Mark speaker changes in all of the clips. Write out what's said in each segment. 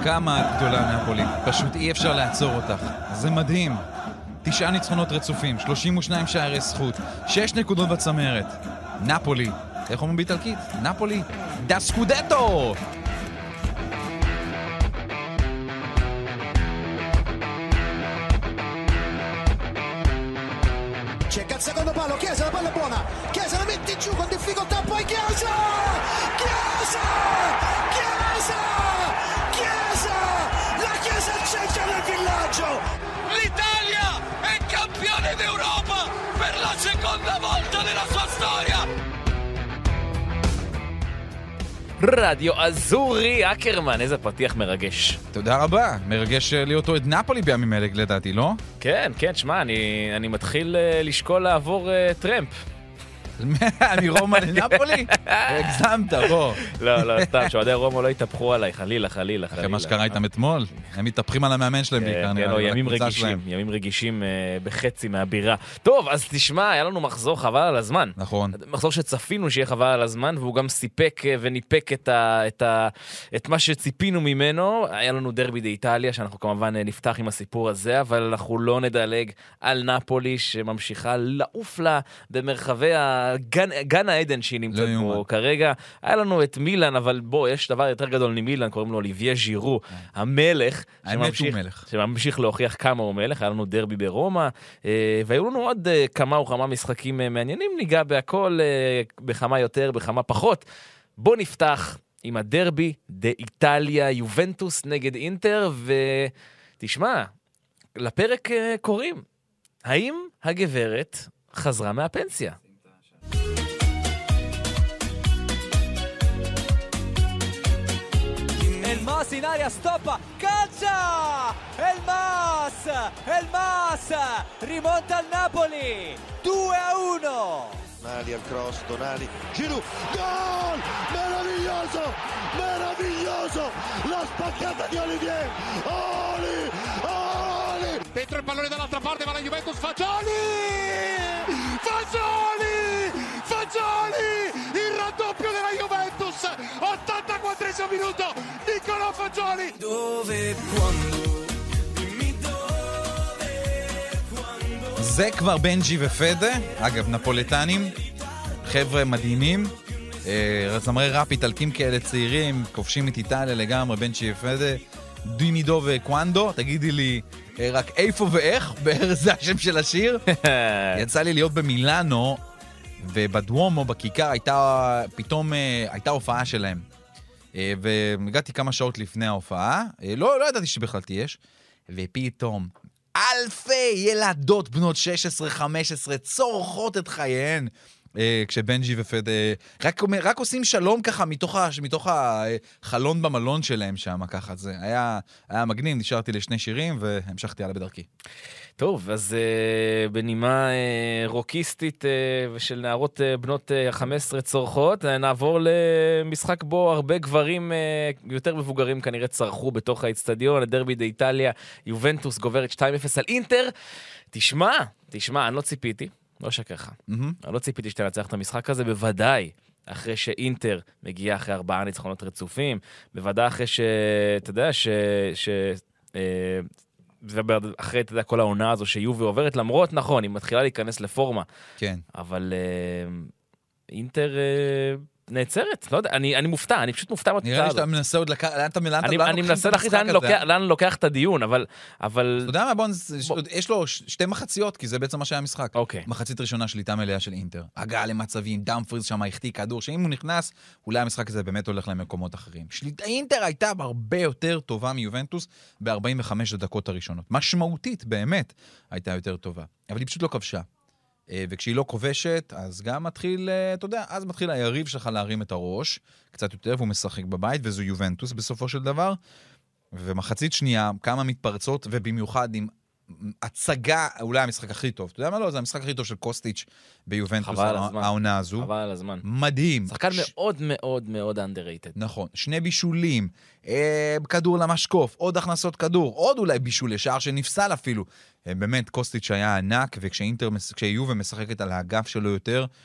Speaker 1: כמה גדולה נפולי. פשוט אי אפשר לעצור אותך. זה מדהים. 9 ניצחונות רצופים, 32 שערי זכות, 6 נקודות בצמרת. נפולי. איך אומרים באיטלקית? נפולי. דה סקודטו!
Speaker 2: Cerca il secondo palo, Chiesa, la palla è buona, Chiesa la mette giù con difficoltà, poi Chiesa! Chiesa! Chiesa! Chiesa! La Chiesa al centro del villaggio!
Speaker 3: L'Italia è campione d'Europa per la seconda volta nella sua storia!
Speaker 4: רדיו אזורי, אקרמן, איזה פתיח מרגש.
Speaker 1: תודה רבה, מרגש להיות אוהד נפולי בימים אלה, לדעתי, לא?
Speaker 4: כן, כן, שמע, אני מתחיל לשקול לעבור טרמפ.
Speaker 1: מרומא לנפולי? הגזמת, בוא.
Speaker 4: לא, סתם, שעודי רומא לא יתהפכו עליי, חלילה.
Speaker 1: אחרי מה שקרה איתם אתמול, הם מתהפכים על המאמן שלהם בעיקר.
Speaker 4: ימים רגישים בחצי מהבירה. טוב, אז תשמע, היה לנו מחזור חבל על הזמן.
Speaker 1: נכון.
Speaker 4: מחזור שצפינו שיהיה חבל על הזמן, והוא גם סיפק וניפק את מה שציפינו ממנו. היה לנו דרבי באיטליה, שאנחנו כמובן נפתח עם הסיפור הזה, אבל אנחנו לא נדלג על נפולי, שממשיכה לעוף לה במרחבי גן העדן שהיא נמצאת בו כרגע. היה לנו את מילאן, אבל בוא, יש דבר יותר גדול ממילאן, קוראים לו אוליביה ז'ירו, המלך, שממשיך להוכיח כמה הוא מלך. היה לנו דרבי ברומא, והיו לנו עוד כמה וכמה משחקים מעניינים, ניגע בהכל, בכמה יותר, בכמה פחות. בוא נפתח עם הדרבי באיטליה, יובנטוס נגד אינטר, ותשמע, לפרק קוראים, האם הגברת חזרה מהפנסיה?
Speaker 5: Mas in aria stoppa, calcia! El Mas rimonta al Napoli, 2-1.
Speaker 2: Donali al cross, Donali, Giroud, gol! Meraviglioso! La spaccata di Olivier! Oli!
Speaker 3: Dentro il pallone dall'altra parte va la Juventus, Fagioli! Il raddoppio della Juventus, 84esimo minuto, Nicolò Fagioli!
Speaker 1: זה כבר בנג'י ופדה, אגב, נפולטנים, חבר'ה מדהימים, זמרי ראפ איטלקים כאלה צעירים, כובשים את איטליה לגמרי, בנג'י ופדה, דימידו וקוונדו, תגידי לי רק איפה ואיך, זה השם של השיר. יצא לי להיות במילאנו, ובדואמו, בכיכר, פתאום הייתה הופעה שלהם. והגעתי כמה שעות לפני ההופעה, לא ידעתי שבכלל תיש, ופתאום אלפי ילדות בנות 16-15 צורכות את חייהן, כשבנג'י ופד רק עושים שלום ככה מתוך החלון במלון שלהם שם, ככה זה היה מגניב. נשארתי לשני שירים והמשכתי הלאה בדרכי.
Speaker 4: טוב, אז בנימה רוקיסטית ושל נערות בנות 15 צורכות, נעבור למשחק בו הרבה גברים יותר מבוגרים כנראה צרכו בתוך האצטדיון, הדרבי באיטליה, יובנטוס גוברת 2-0 על אינטר. תשמע, אני לא ציפיתי, לא שקרחה. אני לא ציפיתי שתנצח את המשחק הזה, בוודאי אחרי שאינטר מגיעה אחרי 4 ניצחונות רצופים, בוודאי אחרי אתה יודע, ואחרי, אתה יודע, כל העונה הזו שיובי עוברת, למרות, נכון, היא מתחילה להיכנס לפורמה. כן. אבל אינטר נעצרת, לא יודע, אני מופתע, אני פשוט מופתע מהתוצאה הזאת. נראה לי שאתה
Speaker 1: מנסה עוד
Speaker 4: אני מנסה להחליט לאן לוקח את הדיון, אבל... אתה
Speaker 1: יודע מה, יש לו 2 מחציות, כי זה בעצם מה שהיה המשחק. מחצית ראשונה שליטה מלאה של אינטר. הגעה למצבים, דאמפריז שם, החטיא כדור, שאם הוא נכנס, אולי המשחק הזה באמת הולך למקומות אחרים. אינטר הייתה הרבה יותר טובה מיובנטוס ב-45 הדקות הראשונות. משמעותית, באמת, הייתה יותר טובה. אבל היא פשוט לא כבשה. וכשהיא לא כובשת, אז גם מתחיל, אתה יודע, אז מתחיל היריב שלך להרים את הראש, קצת יותר, והוא משחק בבית, וזו יובנטוס בסופו של דבר, ומחצית שנייה, כמה מתפרצות, ובמיוחד עם הצגה, אולי המשחק הכי טוב, אתה יודע מה לא? זה המשחק הכי טוב של קוסטיץ' ביובנטוס, העונה הזו.
Speaker 4: חבל על הזמן.
Speaker 1: מדהים.
Speaker 4: שחקן מאוד מאוד מאוד underrated.
Speaker 1: נכון. 2 בישולים, כדור למשקוף, עוד הכנסות כדור, עוד אולי בישול לשער שנפסל אפילו. באמת, קוסטיץ' היה ענק, וכשיובה משחקת על האגף שלו יותר,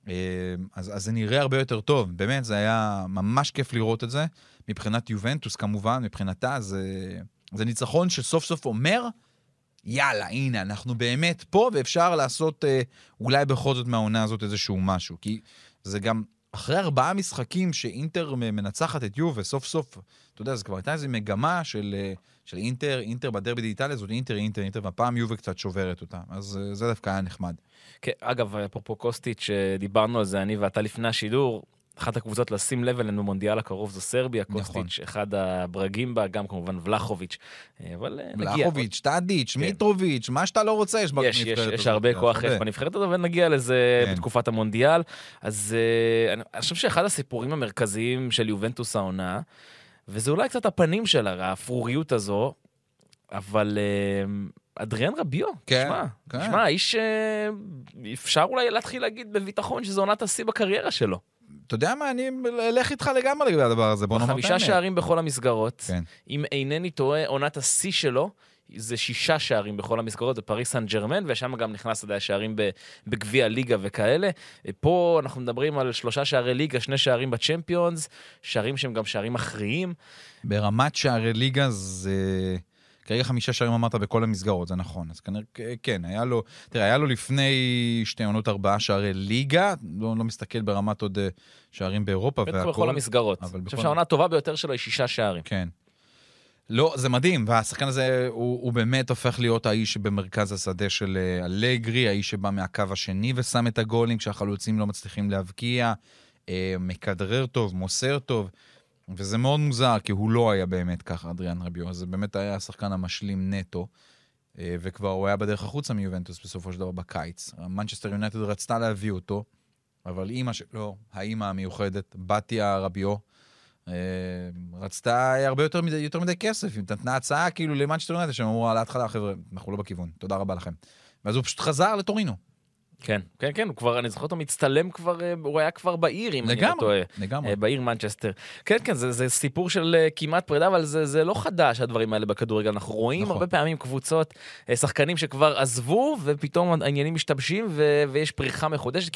Speaker 1: אז זה נראה הרבה יותר טוב. באמת, זה היה ממש כיף לראות את זה. מבחינת יובנטוס, כמובן, מבחינתה, זה ניצחון שסוף סוף אומר, יאללה, הנה, אנחנו באמת פה, ואפשר לעשות אולי בכל זאת מהעונה הזאת איזשהו משהו. כי זה גם אחרי 4 משחקים שאינטר מנצחת את יובה, סוף סוף, אתה יודע, זה כבר הייתה איזו מגמה של אינטר בדרבי דיאיטליה, זאת אינטר, והפעם יובה קצת שוברת אותה. אז זה דווקא היה נחמד.
Speaker 4: כן, אגב, אפרופו קוסטיץ', דיברנו על זה, אני ואתה לפני השידור, אחת הקבוצות לשים לב אלינו במונדיאל הקרוב זו סרביה, קוסטיץ', אחד הברגים בה, גם כמובן ולחוביץ', אבל נגיע.
Speaker 1: ולחוביץ', טאדיץ', מיטרוביץ', מה שאתה לא רוצה,
Speaker 4: יש הרבה כוח בנבחרת הזו, ונגיע לזה בתקופת המונדיאל. אז אני חושב שאחד הסיפורים המרכזיים של יובנטוס העונה, וזה אולי קצת הפנים שלה, האפרוריות הזו, אבל אדריאן רביו, תשמע, איש אפשר אולי להתחיל להגיד בביטחון שזו עונת השיא בקריירה שלו.
Speaker 1: אתה יודע מה, אני אלך איתך לגמרי לגבי הדבר הזה, בוא נאמר את האמת. 5
Speaker 4: שערים בכל המסגרות, אם אינני טועה, עונת השיא שלו, זה 6 שערים בכל המסגרות, בפריס סן ג'רמן, ושם גם נכנס עדיין שערים בגביע ליגה וכאלה. פה אנחנו מדברים על 3 שערי ליגה, 2 שערים בצ'מפיונס, שערים שהם גם שערים מכריעים.
Speaker 1: ברמת שערי ליגה זה... כרגע 5 שערים אמרת בכל המסגרות, זה נכון. אז כנראה, כן, היה לו לפני 2 עונות 4 שערי ליגה, לא מסתכל ברמת עוד שערים באירופה.
Speaker 4: בטח בכל המסגרות. אני חושב שהעונה הטובה ביותר שלו היא 6 שערים.
Speaker 1: כן. לא, זה מדהים, והשחקן הזה הוא באמת הופך להיות האיש במרכז השדה של אלגרי, האיש שבא מהקו השני ושם את הגולים, כשהחלוצים לא מצליחים להבקיע, מקדרר טוב, מוסר טוב, וזה מאוד מוזר, כי הוא לא היה באמת ככה, אדריאן רביו, אז זה באמת היה השחקן המשלים נטו, וכבר הוא היה בדרך החוצה מיובנטוס בסופו של דבר בקיץ. מנצ'סטר יונייטד רצתה להביא אותו, אבל אמא שלו, האמא המיוחדת, בתיה רביו, רצתה הרבה יותר מדי כסף, אם נתנה הצעה כאילו למנצ'סטר יונייטד, שהם אמרו על ההתחלה, חבר'ה, אנחנו לא בכיוון, תודה רבה לכם. ואז הוא פשוט חזר לטורינו.
Speaker 4: כן, הוא כבר, אני זוכר אותו מצטלם כבר, הוא היה כבר בעיר, אם אני לא טועה. בעיר מנצ'סטר. כן, זה סיפור של כמעט פרידה, אבל זה לא חדש, הדברים האלה בכדורגל. אנחנו רואים הרבה פעמים קבוצות, שחקנים שכבר עזבו, ופתאום העניינים משתבשים, ויש פריחה מחודשת,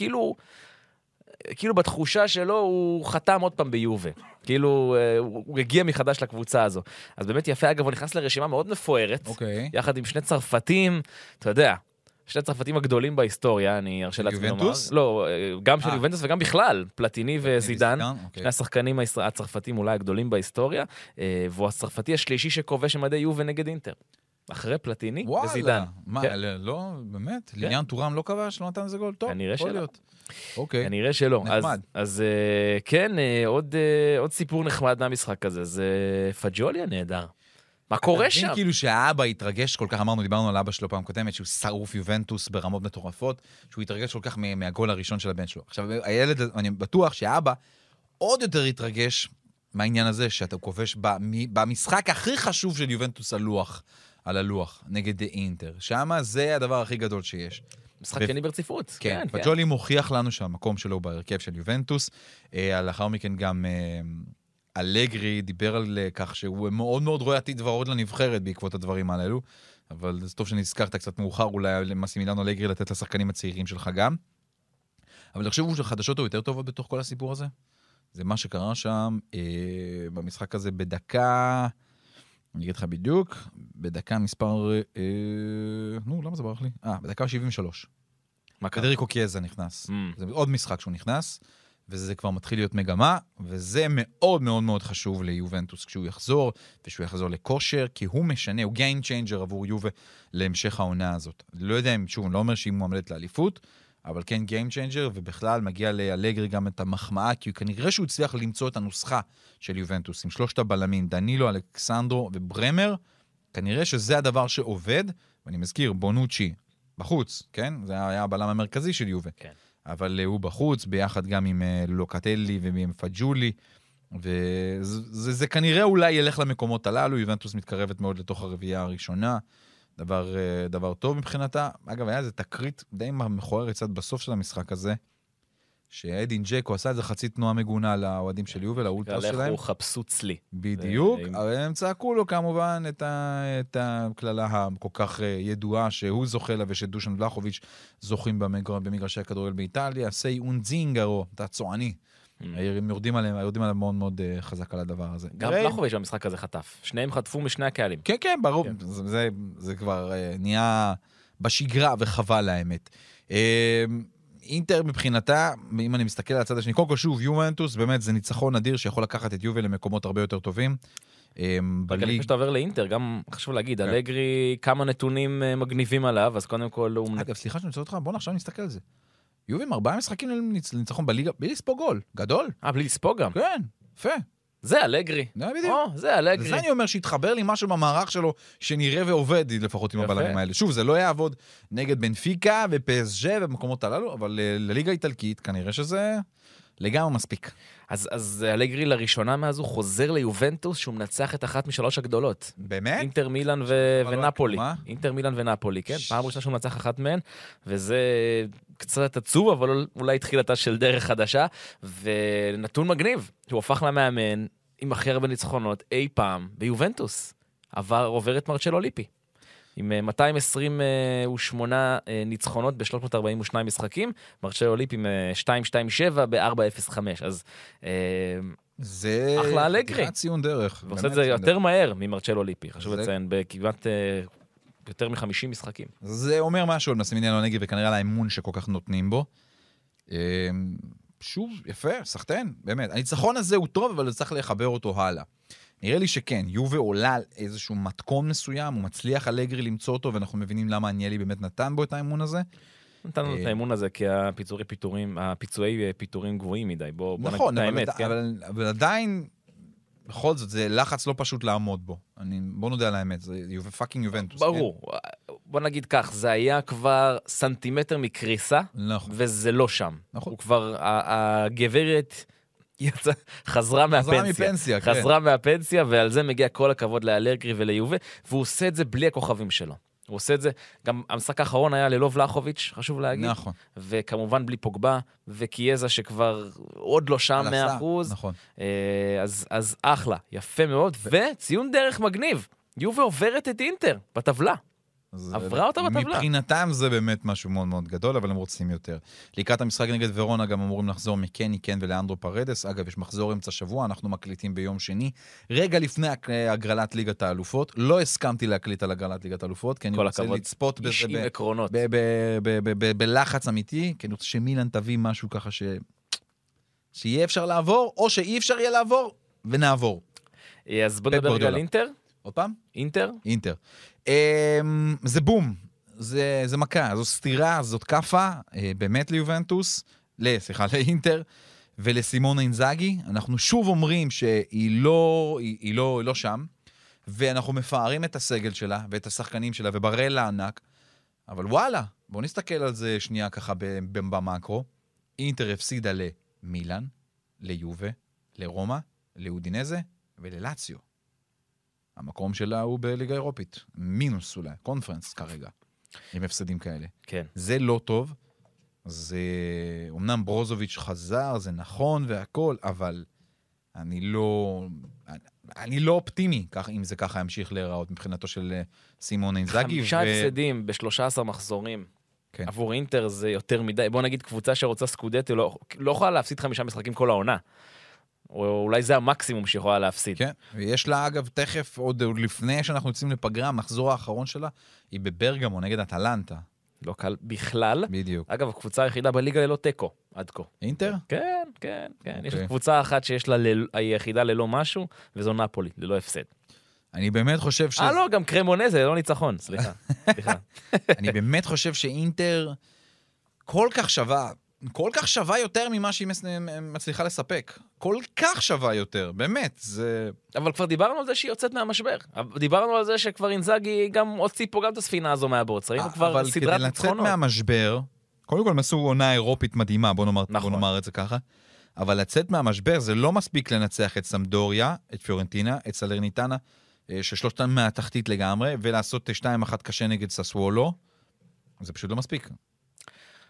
Speaker 4: כאילו בתחושה שלו הוא חתם עוד פעם ביובה. כאילו הוא הגיע מחדש לקבוצה הזו. אז באמת יפה, אגב, הוא נכנס לרשימה מאוד מפוארת, יחד עם 2 צרפתים, אתה יודע, 2 צרפתים הגדולים בהיסטוריה, אני ארשה לעצמי לומר. לא, גם של יובנטוס וגם בכלל, פלטיני וזידן, 2 השחקנים הצרפתים אולי הגדולים בהיסטוריה, והוא הצרפתי השלישי שכובש במדי יובה נגד אינטר. אחרי פלטיני וזידן.
Speaker 1: מה, לא, באמת? ליאן טורם לא כבש? לא נתן איזה גול? טוב, יכול להיות.
Speaker 4: כנראה שלא. אז כן, עוד סיפור נחמד מהמשחק הזה, זה פג'ולי הנהדר. מה קורה שם?
Speaker 1: כאילו שהאבא התרגש כל כך, דיברנו על אבא שלו פעם קודמת, שהוא שרוף יובנטוס ברמות מטורפות, שהוא התרגש כל כך מהגול הראשון של הבן שלו. עכשיו, הילד, אני בטוח שהאבא עוד יותר התרגש מהעניין הזה, שאתה כובש במשחק הכי חשוב של יובנטוס על הלוח, נגד אינטר. שמה זה הדבר הכי גדול שיש.
Speaker 4: משחק שני ברציפות.
Speaker 1: כן, פג'ולי מוכיח לנו שהמקום שלו בהרכב של יובנטוס, לאחר מכן גם אלגרי דיבר על כך שהוא מאוד מאוד רואה עתיד ורוד לנבחרת בעקבות הדברים האלו, אבל זה טוב שנזכרת קצת מאוחר אולי למסימילנו אלגרי לתת לשחקנים הצעירים שלך גם. אבל אני חושב שהחדשות הוא יותר טובות בתוך כל הסיפור הזה. זה מה שקרה שם במשחק הזה בדקה, אני אגיד לך בדיוק, בדקה מספר, למה זה ברח לי? בדקה 73. פדריקו קיאזה נכנס. זה עוד משחק שהוא נכנס, וזה כבר מתחיל להיות מגמה, וזה מאוד מאוד מאוד חשוב ליובנטוס כשהוא יחזור, ושהוא יחזור לכושר, כי הוא משנה, הוא game changer עבור יובה להמשך העונה הזאת. לא יודע אם, שוב, אני לא אומר שהיא מועמדת לאליפות, אבל כן game changer, ובכלל מגיע לאלגרי גם את המחמאה, כי כנראה שהוא הצליח למצוא את הנוסחה של יובנטוס, עם 3 הבלמים, דנילו, אלכסנדרו וברמר, כנראה שזה הדבר שעובד, ואני מזכיר, בונוצ'י בחוץ, כן? זה היה הבלם המרכזי של יובה.
Speaker 4: כן.
Speaker 1: אבל הוא בחוץ, ביחד גם עם לוקטלי ועם פג'ולי, וזה כנראה אולי ילך למקומות הללו, יובנטוס מתקרבת מאוד לתוך הרביעייה הראשונה, דבר טוב מבחינתה. אגב, היה איזה תקרית די מכוערת קצת בסוף של המשחק הזה, שאדין ג'קו עשה איזה חצי תנועה מגונה לאוהדים של יובל, לאולטרס שלהם.
Speaker 4: לכו חפשו צלי.
Speaker 1: בדיוק, אבל הם צעקו לו כמובן את הכללה הכל כך ידועה שהוא זוכה לה ושדושן ולחוביץ' זוכים במגרשי הכדורגל באיטליה, סי אונזינגרו, אתה צועני. הם יורדים עליהם מאוד מאוד חזק על הדבר הזה.
Speaker 4: גם ולחוביץ' במשחק הזה חטף. שניהם חטפו משני הקהלים.
Speaker 1: כן, כן, ברור. זה כבר נהיה בשגרה וחבל האמת. אינטר מבחינתה, אם אני מסתכל על הצד השני, קודם כל שוב, יובנטוס, באמת זה ניצחון אדיר שיכול לקחת את יובל למקומות הרבה יותר טובים.
Speaker 4: רגע, לפני שאתה עובר לאינטר, גם חשוב להגיד, אלגרי כמה נתונים מגניבים עליו, אז קודם כל הוא...
Speaker 1: אגב, סליחה שאני רוצה אותך, בוא עכשיו נסתכל על זה. יובים 4 משחקים לניצחון בליגה, בלי לספוג גול, גדול.
Speaker 4: בלי לספוג גם?
Speaker 1: כן, יפה.
Speaker 4: זה אלגרי. זה אלגרי.
Speaker 1: וזה אני אומר שהתחבר לי משהו במערך שלו שנראה ועובד לפחות עם הבלמים האלה. שוב, זה לא יעבוד נגד בנפיקה ופסג' ובמקומות הללו, אבל לליגה האיטלקית כנראה שזה לגמרי מספיק.
Speaker 4: אז אלגרי לראשונה מאז הוא חוזר ליובנטוס שהוא מנצח את אחת משלוש הגדולות.
Speaker 1: באמת?
Speaker 4: אינטר מילאן ונפולי. אינטר מילאן ונפולי, כן? פעם ראשונה שהוא מנצח אחת מהן, וזה קצת עצוב, אבל אולי תחילתה של דרך חדשה, ונתון מגניב, שהוא הפך למאמן עם הכי הרבה ניצחונות אי פעם ביובנטוס. עובר את מרצ'לו ליפי. עם 228 ניצחונות ב-342 משחקים, מרצ'לו ליפי עם 227 ב-405, אז
Speaker 1: זה
Speaker 4: אחלה אלגרי.
Speaker 1: זה ציון דרך.
Speaker 4: ועושה את זה יותר מהר ממרצ'לו ליפי, חשוב לציין, בכמעט יותר מ-50 משחקים.
Speaker 1: זה אומר משהו על מסמיליאנו אלגרי, וכנראה על האמון שכל כך נותנים בו. שוב, יפה, סחטן, באמת. הניצחון הזה הוא טוב, אבל צריך לחבר אותו הלאה. נראה לי שכן, יובה עולה על איזשהו מתכון מסוים, הוא מצליח אלגרי למצוא אותו, ואנחנו מבינים למה אניאלי באמת נתן בו את האמון הזה.
Speaker 4: נתן לו את האמון הזה, כי הפיצויי פיטורים גבוהים מדי, בוא נגיד
Speaker 1: נכון,
Speaker 4: את האמת.
Speaker 1: אבל עדיין, בכל זאת, זה לחץ לא פשוט לעמוד בו. בוא נודע על האמת, זה פאקינג יובנטוס.
Speaker 4: ברור, בוא נגיד כך, זה היה כבר סנטימטר מקריסה, וזה לא שם. הוא כבר, הגברת... חזרה מהפנסיה, ועל זה מגיע כל הכבוד לאלגרי וליובה, והוא עושה את זה בלי הכוכבים שלו. הוא עושה את זה, גם המשחק האחרון היה ללא ולחוביץ', חשוב להגיד,
Speaker 1: נכון.
Speaker 4: וכמובן בלי פוגבה, וקיאזה שכבר עוד לא שם 100%,
Speaker 1: נכון.
Speaker 4: אז אחלה, יפה מאוד, וציון דרך מגניב, יובה עוברת את אינטר בטבלה. עברה אותה בטבלה.
Speaker 1: מבחינתם זה באמת משהו מאוד מאוד גדול, אבל הם רוצים יותר. לקראת המשחק נגד ורונה גם אמורים לחזור מקני, קן ולאנדרו פרדס. אגב, יש מחזור אמצע שבוע, אנחנו מקליטים ביום שני. רגע לפני הגרלת ליגת האלופות. לא הסכמתי להקליט על הגרלת ליגת האלופות, כי אני רוצה לצפות בזה בלחץ אמיתי, כי אני רוצה שמילן תביא משהו ככה שיהיה אפשר לעבור, או שאי אפשר יהיה לעבור, ונעבור.
Speaker 4: אז בוא נדבר רגע על אינטר.
Speaker 1: עוד פעם?
Speaker 4: אינטר?
Speaker 1: אינטר. זה בום, זה מכה, זו סתירה, זאת קפה, באמת ליובנטוס, לאינטר, ולסימונה אינזאגי. אנחנו שוב אומרים שהיא לא שם, ואנחנו מפארים את הסגל שלה, ואת השחקנים שלה, וברלה ענק, אבל וואלה, בואו נסתכל על זה שנייה ככה במקרו. אינטר הפסידה למילאן, ליובה, לרומא, לאודינזה וללאציו. המקום שלה הוא בליגה אירופית. מינוס אולי, קונפרנס כרגע, עם הפסדים כאלה.
Speaker 4: כן.
Speaker 1: זה לא טוב. זה, אמנם ברוזוביץ' חזר, זה נכון והכל, אבל אני לא אופטימי, אם זה ככה ימשיך להיראות מבחינתו של סימון אינזאגי.
Speaker 4: 5 הפסדים ב-13 מחזורים. כן. עבור אינטר זה יותר מדי. בוא נגיד קבוצה שרוצה סקודטי, לא יכולה להפסיד 5 משחקים כל העונה. או אולי זה המקסימום שיכולה להפסיד. כן,
Speaker 1: ויש לה אגב תכף, עוד לפני שאנחנו יוצאים לפגרה, המחזור האחרון שלה, היא בברגמו נגד אטלנטה.
Speaker 4: לא קל בכלל.
Speaker 1: בדיוק.
Speaker 4: אגב, הקבוצה היחידה בליגה ללא טקו, עד כה.
Speaker 1: אינטר?
Speaker 4: כן. יש קבוצה אחת שיש לה היחידה ללא משהו, וזו נפולי, ללא הפסד.
Speaker 1: אני באמת חושב
Speaker 4: לא, גם קרמונזה, לא ניצחון, סליחה.
Speaker 1: אני באמת חושב שאינטר כל כך שווה יותר ממה שהיא מצליחה לספק. כל כך שווה יותר, באמת, זה...
Speaker 4: אבל כבר דיברנו על זה שהיא יוצאת מהמשבר. דיברנו על זה שכבר אינזאגי גם הוציא פה גם את הספינה הזו מהבוץ. ראינו כבר סדרת ניצחונות.
Speaker 1: אבל כדי לצאת מהמשבר, קודם כל הם עשו עונה אירופית מדהימה, בוא נאמר את זה ככה, אבל לצאת מהמשבר זה לא מספיק לנצח את סמדוריה, את פיורנטינה, את סלרניטנה, ששלושתם מהתחתית לגמרי, ולעשות 2-1 קשה נגד ססוולו. זה פשוט לא מספיק.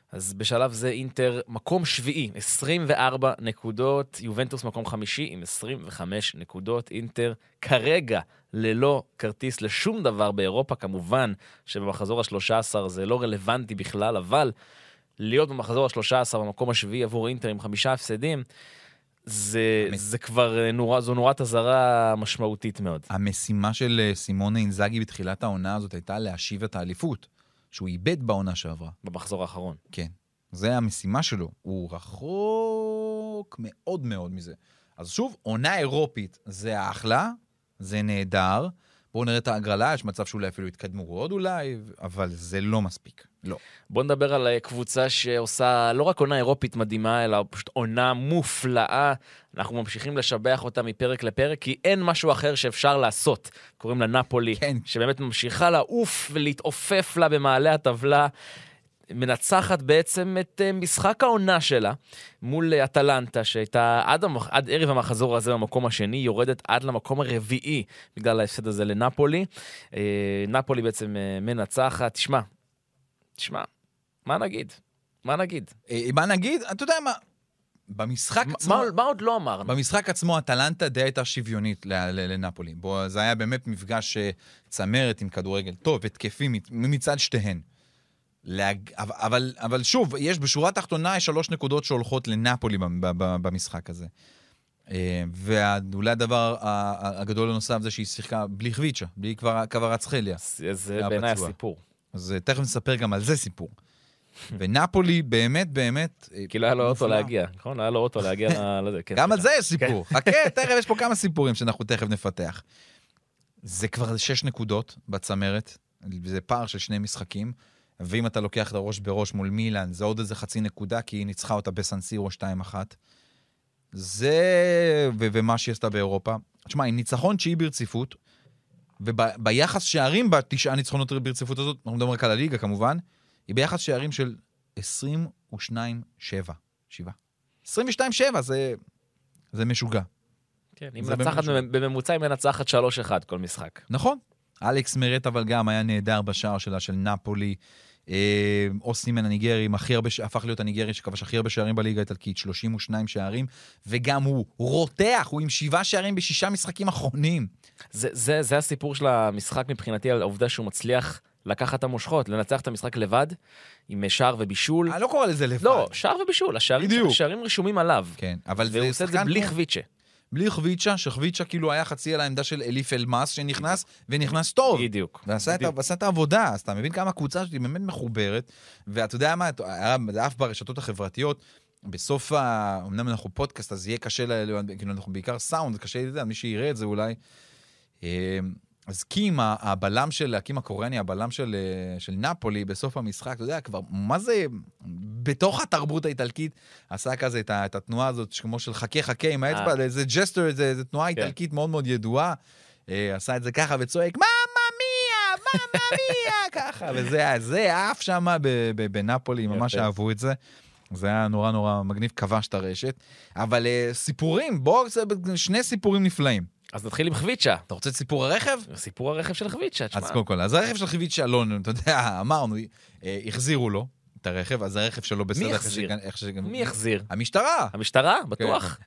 Speaker 4: אז בשלב זה אינטר מקום שביעי, 24 נקודות, יובנטוס מקום חמישי עם 25 נקודות, אינטר כרגע ללא כרטיס לשום דבר באירופה, כמובן שבמחזור ה-13 זה לא רלוונטי בכלל, אבל להיות במחזור ה-13 במקום השביעי עבור אינטר עם 5 הפסדים, זה כבר זו נורת הזרה משמעותית מאוד.
Speaker 1: המשימה של סימונה אינזאגי בתחילת העונה הזאת הייתה להשיב את האליפות, שהוא איבד בעונה שעברה.
Speaker 4: במחזור האחרון.
Speaker 1: כן. זה המשימה שלו. הוא רחוק מאוד מאוד מזה. אז שוב, עונה אירופית זה האחלה, זה נהדר. בואו נראה את ההגרלה, יש מצב שאולי אפילו יתקדמו עוד אולי, אבל זה לא מספיק. לא.
Speaker 4: בואו נדבר על קבוצה שעושה לא רק עונה אירופית מדהימה, אלא פשוט עונה מופלאה. אנחנו ממשיכים לשבח אותה מפרק לפרק, כי אין משהו אחר שאפשר לעשות. קוראים לה נפולי,
Speaker 1: כן.
Speaker 4: שבאמת ממשיכה לעוף ולהתעופף לה במעלה הטבלה. מנצחת בעצם את משחק העונה שלה מול אטלנטה, שהייתה עד ערב המחזור הזה במקום השני, יורדת עד למקום הרביעי בגלל ההפסד הזה לנפולי. נפולי בעצם מנצחת. תשמע, מה נגיד? מה נגיד?
Speaker 1: אתה יודע מה? במשחק עצמו...
Speaker 4: מה עוד לא אמרנו?
Speaker 1: במשחק עצמו, אטלנטה די הייתה שוויונית לנפולי. זה היה באמת מפגש צמרת עם כדורגל טוב, התקפי מצד שתיהן. אבל שוב, יש בשורה התחתונה 3 נקודות שהולכות לנפולי במשחק הזה. ואולי הדבר הגדול הנוסף זה שהיא שיחקה בלי חוויצ'ה, בלי קווארצחליה.
Speaker 4: זה בעיניי הסיפור.
Speaker 1: אז תכף נספר גם על זה סיפור. ונפולי באמת,
Speaker 4: כי לא היה לו אוטו להגיע, נכון? לא היה לו אוטו להגיע לזה.
Speaker 1: גם על זה יש סיפור. חכה, תכף יש פה כמה סיפורים שאנחנו תכף נפתח. זה כבר 6 נקודות בצמרת, זה פער של 2 משחקים, ואם אתה לוקח את הראש בראש מול מילאן, זה עוד איזה חצי נקודה, כי היא ניצחה אותה בסנסירו 2-1. זה, ומה שהיא עשתה באירופה. תשמע, עם ניצחון 9 ברציפות, וביחס שערים ב9 ניצחונות ברציפות הזאת, אנחנו מדברים רק על הליגה כמובן, היא ביחס שערים של 22-7. 22-7, זה משוגע.
Speaker 4: כן, היא מנצחת בממוצע, היא מנצחת 3-1 כל משחק.
Speaker 1: נכון. אלכס מרט אבל גם היה נהדר בשער שלה של נפולי. אוסימן הניגרי, הפך להיות הניגרי שכבש הכי הרבה שערים בליגה האיטלקית, 32 שערים, וגם הוא רותח, הוא עם 7 שערים ב6 משחקים אחרונים.
Speaker 4: זה הסיפור של המשחק מבחינתי, על העובדה שהוא מצליח לקחת את המושכות, לנצח את המשחק לבד, עם שער ובישול.
Speaker 1: אני לא קורא לזה לבד.
Speaker 4: לא, שער ובישול, השערים רשומים עליו.
Speaker 1: כן, אבל
Speaker 4: והוא עושה את זה בלי חוויצ'ה.
Speaker 1: בלי חוויצ'ה, שחוויצ'ה כאילו היה חצי על העמדה של אליף אלמאס שנכנס, ונכנס טוב.
Speaker 4: בדיוק.
Speaker 1: ועשה את העבודה, אז אתה מבין כמה הקבוצה שלי באמת מחוברת, ואתה יודע מה, זה אף ברשתות החברתיות, בסוף, אמנם אנחנו פודקאסט, אז יהיה קשה, כאילו אנחנו בעיקר סאונד, קשה לזה, מי שיראה את זה אולי. אז קים הקוריאני, הבלם של נפולי בסוף המשחק, אתה יודע, כבר, מה זה, בתוך התרבות האיטלקית, עשה כזה את התנועה הזאת, כמו של חכה עם האצבע, איזה ג'סטר, איזה תנועה איטלקית מאוד מאוד ידועה, עשה את זה ככה וצועק, מאמא מיה, ככה, וזה אף שם בנפולי, ממש אהבו את זה. זה היה נורא נורא מגניב, כבש את הרשת. אבל סיפורים, שני סיפורים נפלאים.
Speaker 4: אז נתחיל עם חוויצ'ה.
Speaker 1: אתה רוצה את סיפור הרכב?
Speaker 4: סיפור הרכב של חוויצ'ה, תשמע.
Speaker 1: אז קודם כל, אז הרכב של חוויצ'ה, לא, אתה יודע, אמרנו, החזירו לו את הרכב, אז הרכב שלו בסדר.
Speaker 4: מי החזיר? מי החזיר?
Speaker 1: המשטרה.
Speaker 4: המשטרה? בטוח?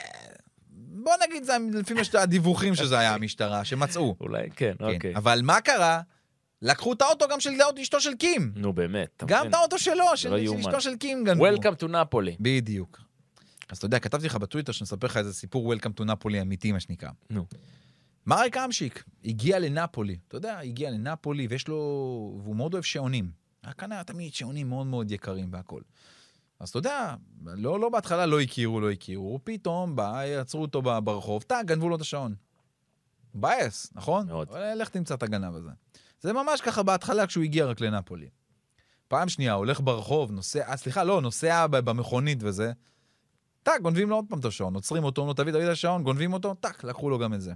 Speaker 1: בוא נגיד, זה לפי הדיווחים שזה היה המשטרה, שמצאו.
Speaker 4: אולי, כן, אוקיי.
Speaker 1: אבל מה קרה? לקחו את האוטו גם של אשתו של קים.
Speaker 4: נו, באמת.
Speaker 1: גם את האוטו שלו, של אשתו של קים גנבו.
Speaker 4: Welcome to Napoli.
Speaker 1: בדיוק. אז אתה יודע, כתבתי לך בטוויטר שנספר לך איזה סיפור Welcome to Napoli אמיתי, מה שנקרא.
Speaker 4: נו.
Speaker 1: מרק אמשיק הגיע לנפולי. אתה יודע, הגיע לנפולי, והוא מאוד אוהב שעונים. היה תמיד שעונים מאוד מאוד יקרים והכל. אז אתה יודע, לא בהתחלה לא הכירו, פתאום עצרו אותו ברחוב, גנבו לו את השעון. בייס, נכון?
Speaker 4: מאוד.
Speaker 1: לך תמצא את הגנב הזה. זה ממש ככה בהתחלה כשהוא הגיע רק לנפולי. פעם שנייה, הולך ברחוב, נוסע במכונית וזה, גונבים לו עוד פעם את השעון, עוצרים אותו, תביא את השעון, גונבים אותו, לקחו לו גם את זה.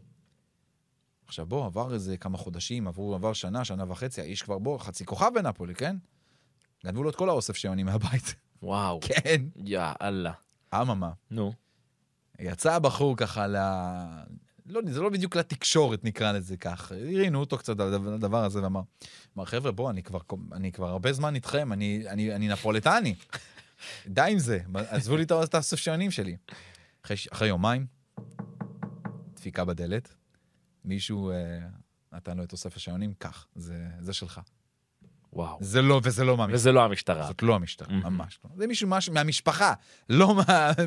Speaker 1: עכשיו בוא, עבר איזה כמה חודשים, עבר שנה וחצי, האיש כבר חצי כוכב בנפולי, כן? גנבו לו את כל האוסף שעונים מהבית.
Speaker 4: וואו.
Speaker 1: כן.
Speaker 4: יאללה.
Speaker 1: אממה.
Speaker 4: נו.
Speaker 1: יצא הבחור ככה לא, זה לא בדיוק לתקשורת, נקרא לזה כך. הראינו אותו קצת על הדבר הזה, ואמר, חבר'ה, בוא, אני כבר הרבה זמן איתכם, אני נפולטני. די עם זה, עזבו לי את הסוף שעונים שלי. אחרי יומיים, דפיקה בדלת, מישהו נתן לו את תוסף השעונים, כך, זה שלך.
Speaker 4: וואו.
Speaker 1: זה לא, וזה לא מהמשטרה.
Speaker 4: וזה לא המשטרה.
Speaker 1: זאת לא המשטרה, ממש לא. זה מישהו מהמשפחה, לא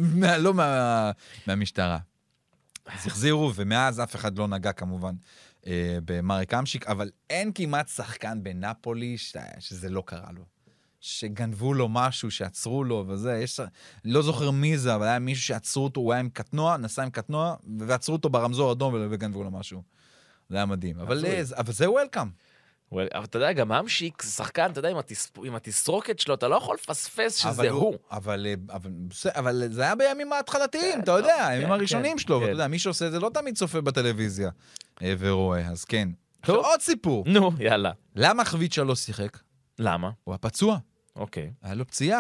Speaker 1: מהמשטרה. אז החזירו, ומאז אף אחד לא נגע כמובן במרק אמשיק, אבל אין כמעט שחקן בנפולי שזה לא קרה לו. שגנבו לו משהו, שעצרו לו, וזה, לא זוכר מי זה, אבל היה מישהו שעצרו אותו, הוא היה עם קטנוע, נסע עם קטנוע, ועצרו אותו ברמזור אדום וגנבו לו משהו. זה היה מדהים. אבל זה וולקאם.
Speaker 4: אבל אתה יודע, גם אמשיק, שחקן, אתה יודע, עם התסרוקת שלו, אתה לא יכול לפספס שזה הוא.
Speaker 1: אבל זה היה בימים ההתחלתיים, אתה יודע, הימים הראשונים שלו, ואתה יודע, מי שעושה את זה לא תמיד צופה בטלוויזיה ורואה, אז כן. עוד סיפור.
Speaker 4: נו, יאללה.
Speaker 1: למה חביצ'ה לא שיחק?
Speaker 4: למה?
Speaker 1: הוא היה פצוע.
Speaker 4: אוקיי.
Speaker 1: היה לו פציעה.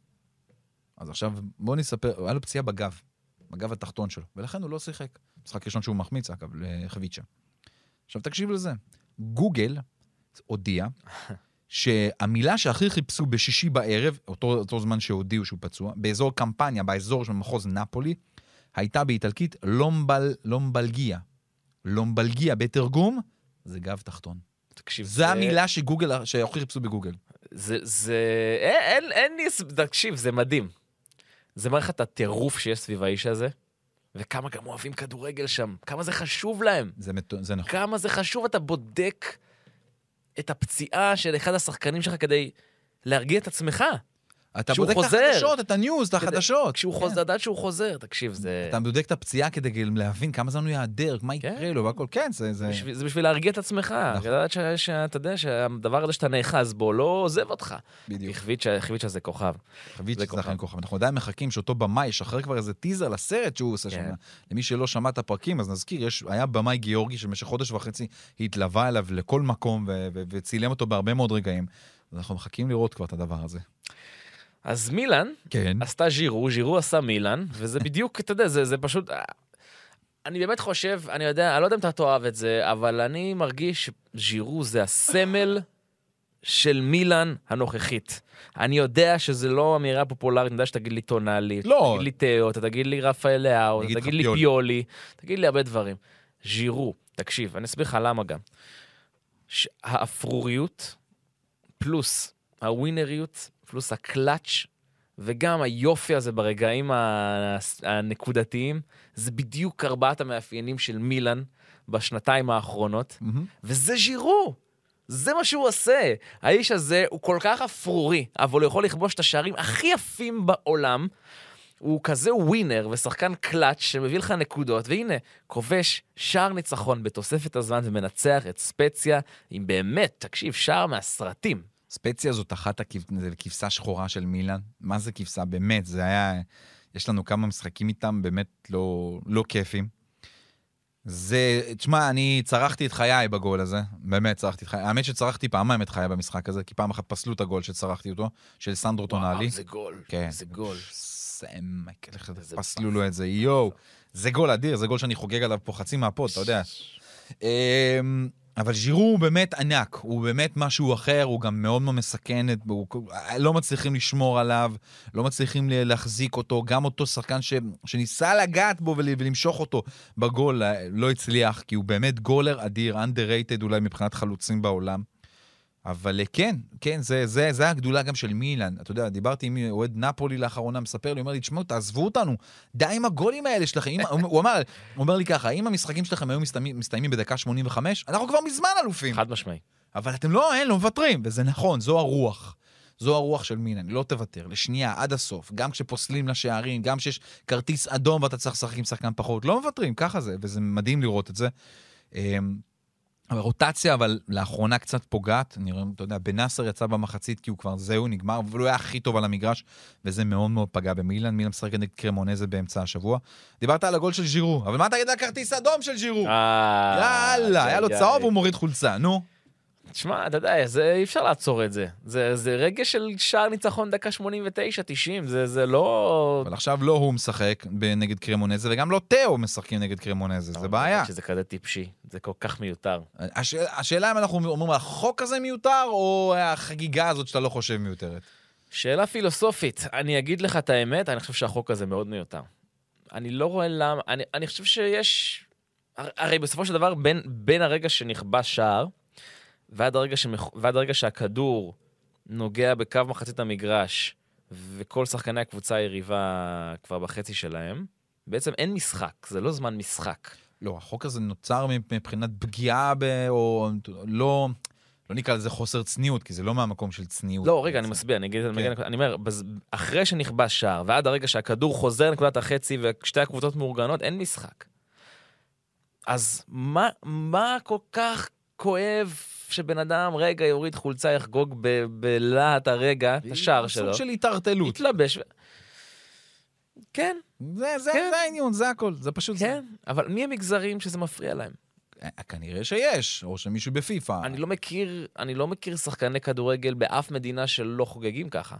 Speaker 1: אז עכשיו בוא נספר, היה לו פציעה בגב התחתון שלו, ולכן הוא לא שיחק. משחק ראשון שהוא מחמיץ, אגב, לחביצ'ה. עכשיו תקשיב לזה. גוגל הודיע שהמילה שהכי חיפשו בשישי בערב, אותו זמן שהודיעו שהוא פצוע, באזור קמפניה, באזור של מחוז נפולי, הייתה באיטלקית לומבלגיה. לומבלגיה בתרגום, זה גב תחתון.
Speaker 4: תקשיב,
Speaker 1: זה המילה שהכי חיפשו בגוגל.
Speaker 4: אין לי, תקשיב, זה מדהים. זה מראה לך את הטירוף שיש סביב האיש הזה, וכמה גם אוהבים כדורגל שם, כמה זה חשוב להם.
Speaker 1: זה נכון.
Speaker 4: כמה זה חשוב, אתה בודק את הפציעה של אחד השחקנים שלך כדי להרגיע את עצמך.
Speaker 1: אתה בודק את החדשות, את הניוז, את החדשות.
Speaker 4: כשהוא חוזר, לדעת שהוא חוזר, תקשיב, זה...
Speaker 1: אתה בודק את הפציעה כדי להבין כמה זמן הוא יעדר, מה יקרה לו, והכל, כן, זה...
Speaker 4: זה בשביל להרגיע את עצמך, לדעת שאתה יודע שהדבר הזה שאתה נאחז בו לא עוזב אותך.
Speaker 1: בדיוק.
Speaker 4: חביצ'ה זה כוכב.
Speaker 1: חביצ'ה זה אכן כוכב. אנחנו עדיין מחכים שאותו במאי ישחרר כבר איזה טיזר לסרט שהוא עושה שם. למי שלא שמע את הפרקים, אז נזכיר, היה במאי גיאורגי שבמשך חודש וחצי התלווה אליו לכל מקום וצילם אותו בהרבה מאוד רגעים. אנחנו מחכים לראות כבר את הדבר הזה.
Speaker 4: אז מילאן עשתה ז'ירו עשה מילאן, וזה בדיוק, אתה יודע, זה פשוט... אני באמת חושב, אני לא יודע אם אתה תאהב את זה, אבל אני מרגיש שז'ירו זה הסמל של מילאן הנוכחית. אני יודע שזה לא אמירה פופולרית, אני יודע שתגיד לי טונאלי, תגיד לי תאו, תגיד לי רפאל לאו, תגיד לי פיולי, תגיד לי הרבה דברים. ז'ירו, תקשיב, אני אסביר לך למה גם. האפרוריות פלוס הווינריות, פלוס הקלאץ' וגם היופי הזה ברגעים הנקודתיים, זה בדיוק ארבעת המאפיינים של מילאן בשנתיים האחרונות, וזה ז'ירו, זה מה שהוא עושה. האיש הזה הוא כל כך אפרורי, אבל הוא יכול לכבוש את השערים הכי יפים בעולם, הוא כזה ווינר ושחקן קלאץ' שמביא לך נקודות, והנה, כובש שער ניצחון בתוספת הזמן ומנצח את ספציה, עם באמת, תקשיב, שער מהסרטים.
Speaker 1: ספציה זאת אחת הכבשה שחורה של מילאן. מה זה כבשה? באמת, זה היה... יש לנו כמה משחקים איתם, באמת לא כיפים. תשמע, אני צרחתי את חיי בגול הזה. באמת צרחתי את חיי. האמת שצרחתי פעמיים את חיי במשחק הזה, כי פעם אחת פסלו את הגול שצרחתי אותו, של סנדרו טונאלי.
Speaker 4: וואו, זה גול.
Speaker 1: כן.
Speaker 4: זה גול.
Speaker 1: פסלו לו את זה, יואו. זה גול אדיר, זה גול שאני חוגג עליו פה חצי מהפוד, אתה יודע. אבל ז'ירו הוא באמת ענק, הוא באמת משהו אחר, הוא גם מאוד מאוד מסכן, לא מצליחים לשמור עליו, לא מצליחים להחזיק אותו, גם אותו שחקן שניסה לגעת בו ולמשוך אותו בגול, לא הצליח, כי הוא באמת גולר אדיר, underrated אולי מבחינת חלוצים בעולם. אבל כן, זה הגדולה גם של מילאן. אתה יודע, דיברתי עם אוהד נפולי לאחרונה, מספר לי, אומר לי, תשמעו, תעזבו אותנו, די עם הגולים האלה שלכם. הוא אומר לי ככה, אם המשחקים שלכם היו מסתיימים בדקה 85, אנחנו כבר מזמן אלופים.
Speaker 4: חד משמעי.
Speaker 1: אבל אתם לא מוותרים, וזה נכון, זו הרוח. זו הרוח של מילאן, לא תוותר, לשנייה, עד הסוף, גם כשפוסלים לשערים, גם כשיש כרטיס אדום ואתה צריך לשחק עם שחקן פחות, לא מוותרים, ככה זה, וזה מדהים לראות את זה. הרוטציה, אבל לאחרונה קצת פוגעת, נראה, אתה יודע, בנאסר יצא במחצית, כי הוא כבר זהו, נגמר, אבל הוא היה הכי טוב על המגרש, וזה מאוד מאוד פגע במילאן, מילאן משחק נגד קרמונזה באמצע השבוע. דיברת על הגול של ז'ירו, אבל מה תגיד על הכרטיס אדום של ז'ירו? יאללה, היה לו צהוב, הוא מוריד חולצה, נו.
Speaker 4: תשמע, אתה יודע, אי אפשר לעצור את זה. זה רגע של שער ניצחון דקה 89-90, זה לא...
Speaker 1: אבל עכשיו לא הוא משחק נגד קרמונזה, וגם לא תאו משחקים נגד קרמונזה, זה בעיה.
Speaker 4: שזה כזה טיפשי, זה כל כך מיותר.
Speaker 1: השאלה אם אנחנו אומרים, החוק הזה מיותר, או החגיגה הזאת שאתה לא חושב מיותרת?
Speaker 4: שאלה פילוסופית. אני אגיד לך את האמת, אני חושב שהחוק הזה מאוד מיותר. אני לא רואה למה... אני חושב שיש... הרי בסופו של דבר, בין הרגע שנכבש שער, ועד הרגע שהכדור נוגע בקו מחצית המגרש, וכל שחקני הקבוצה היריבה כבר בחצי שלהם, בעצם אין משחק, זה לא זמן משחק.
Speaker 1: לא, החוק הזה נוצר מבחינת פגיעה או לא נקרא לזה חוסר צניעות, כי זה לא מהמקום של צניעות.
Speaker 4: לא, רגע, אני מסביר, אני אומר, אחרי שנכבש שער, ועד הרגע שהכדור חוזר לנקודת החצי, ושתי הקבוצות מאורגנות, אין משחק. אז מה כל כך כואב שבן אדם רגע יוריד חולצה, יחגוג בלהט הרגע את השער שלו?
Speaker 1: סוג של התערטלות.
Speaker 4: יתלבש. כן.
Speaker 1: זה העניין, זה הכל, זה פשוט זה.
Speaker 4: כן, אבל מי המגזרים שזה מפריע להם?
Speaker 1: כנראה שיש, או שמישהו בפיפה.
Speaker 4: אני לא מכיר שחקני כדורגל באף מדינה שלא חוגגים ככה.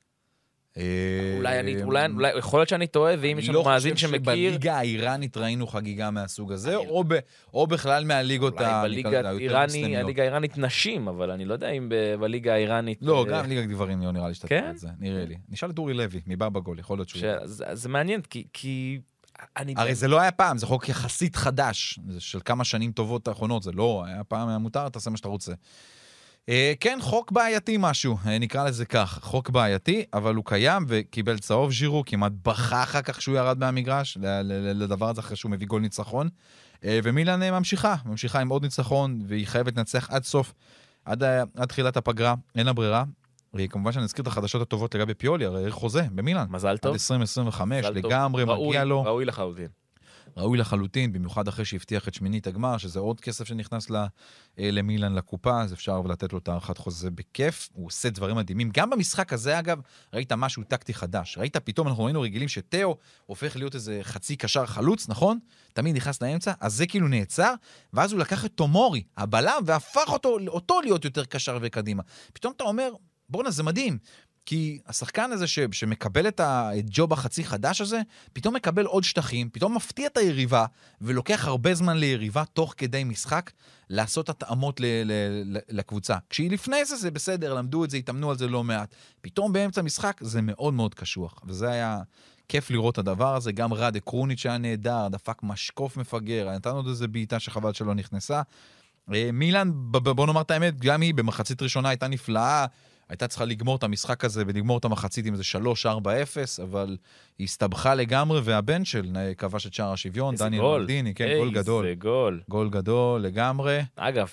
Speaker 4: אולי יכול להיות שאני טועה, ואם יש לנו מאזין שמכיר...
Speaker 1: אני לא חושב שבליגה האיראנית ראינו חגיגה מהסוג הזה, או בכלל מהליגות
Speaker 4: הליגה האיראנית נשים, אבל אני לא יודע אם בליגה האיראנית...
Speaker 1: לא, גם ליגה גברים לא נראה לי שתתקע את זה, נראה לי. נשאל את אורי לוי, מבא בגול, יכול להיות שהוא...
Speaker 4: זה מעניין, כי...
Speaker 1: הרי זה לא היה פעם, זה חוק יחסית חדש, של כמה שנים טובות האחרונות, זה לא היה פעם, היה מותר, תעשה מה שאתה רוצה. כן, חוק בעייתי משהו, נקרא לזה כך, חוק בעייתי, אבל הוא קיים וקיבל צהוב ז'ירו, כמעט בכה אחר כך שהוא ירד מהמגרש, לדבר הזה אחרי שהוא מביא גול ניצחון, ומילאן ממשיכה עם עוד ניצחון, והיא חייבת לנצח עד סוף, עד תחילת הפגרה, אין לה ברירה, וכמובן שאני אזכיר את החדשות הטובות לגבי פיולי, הרי חוזה במילאן,
Speaker 4: מזל טוב.
Speaker 1: עד 2025, לגמרי מגיע לו.
Speaker 4: ראוי לחלוטין.
Speaker 1: ראוי לחלוטין, במיוחד אחרי שהבטיח את שמינית הגמר, שזה עוד כסף שנכנס למילאן לקופה, אז אפשר לתת לו את הערכת חוזה בכיף, הוא עושה דברים מדהימים. גם במשחק הזה, אגב, ראית משהו טקטי חדש. ראית פתאום, אנחנו ראינו רגילים שתאו הופך להיות איזה חצי קשר חלוץ, נכון? תמיד נכנס לאמצע, אז זה כאילו נעצר, ואז הוא לקח את תומורי, הבלם, והפך אותו להיות יותר קשר וקדימה. פתאום אתה אומר, בוא'נה, זה מדהים. כי השחקן הזה שמקבל את הג'וב החצי חדש הזה, פתאום מקבל עוד שטחים, פתאום מפתיע את היריבה, ולוקח הרבה זמן ליריבה, תוך כדי משחק, לעשות התאמות לקבוצה. כשהיא לפני זה בסדר, למדו את זה, התאמנו על זה לא מעט. פתאום באמצע משחק זה מאוד מאוד קשוח, וזה היה כיף לראות את הדבר הזה, גם רד קרוניץ' היה נהדר, דפק משקוף מפגר, נתנו עוד איזה בעיטה שחבל שלא נכנסה. מילאן, בוא נאמר את האמת, גם היא במחצית ראשונה הייתה נפלאה, הייתה צריכה לגמור את המשחק הזה ולגמור את המחצית עם איזה 3-4-0, אבל היא הסתבכה לגמרי, והבן של כבש את שער השוויון, דניאל מלדיני, כן, גול גדול.
Speaker 4: איזה גול.
Speaker 1: גול גדול לגמרי.
Speaker 4: אגב,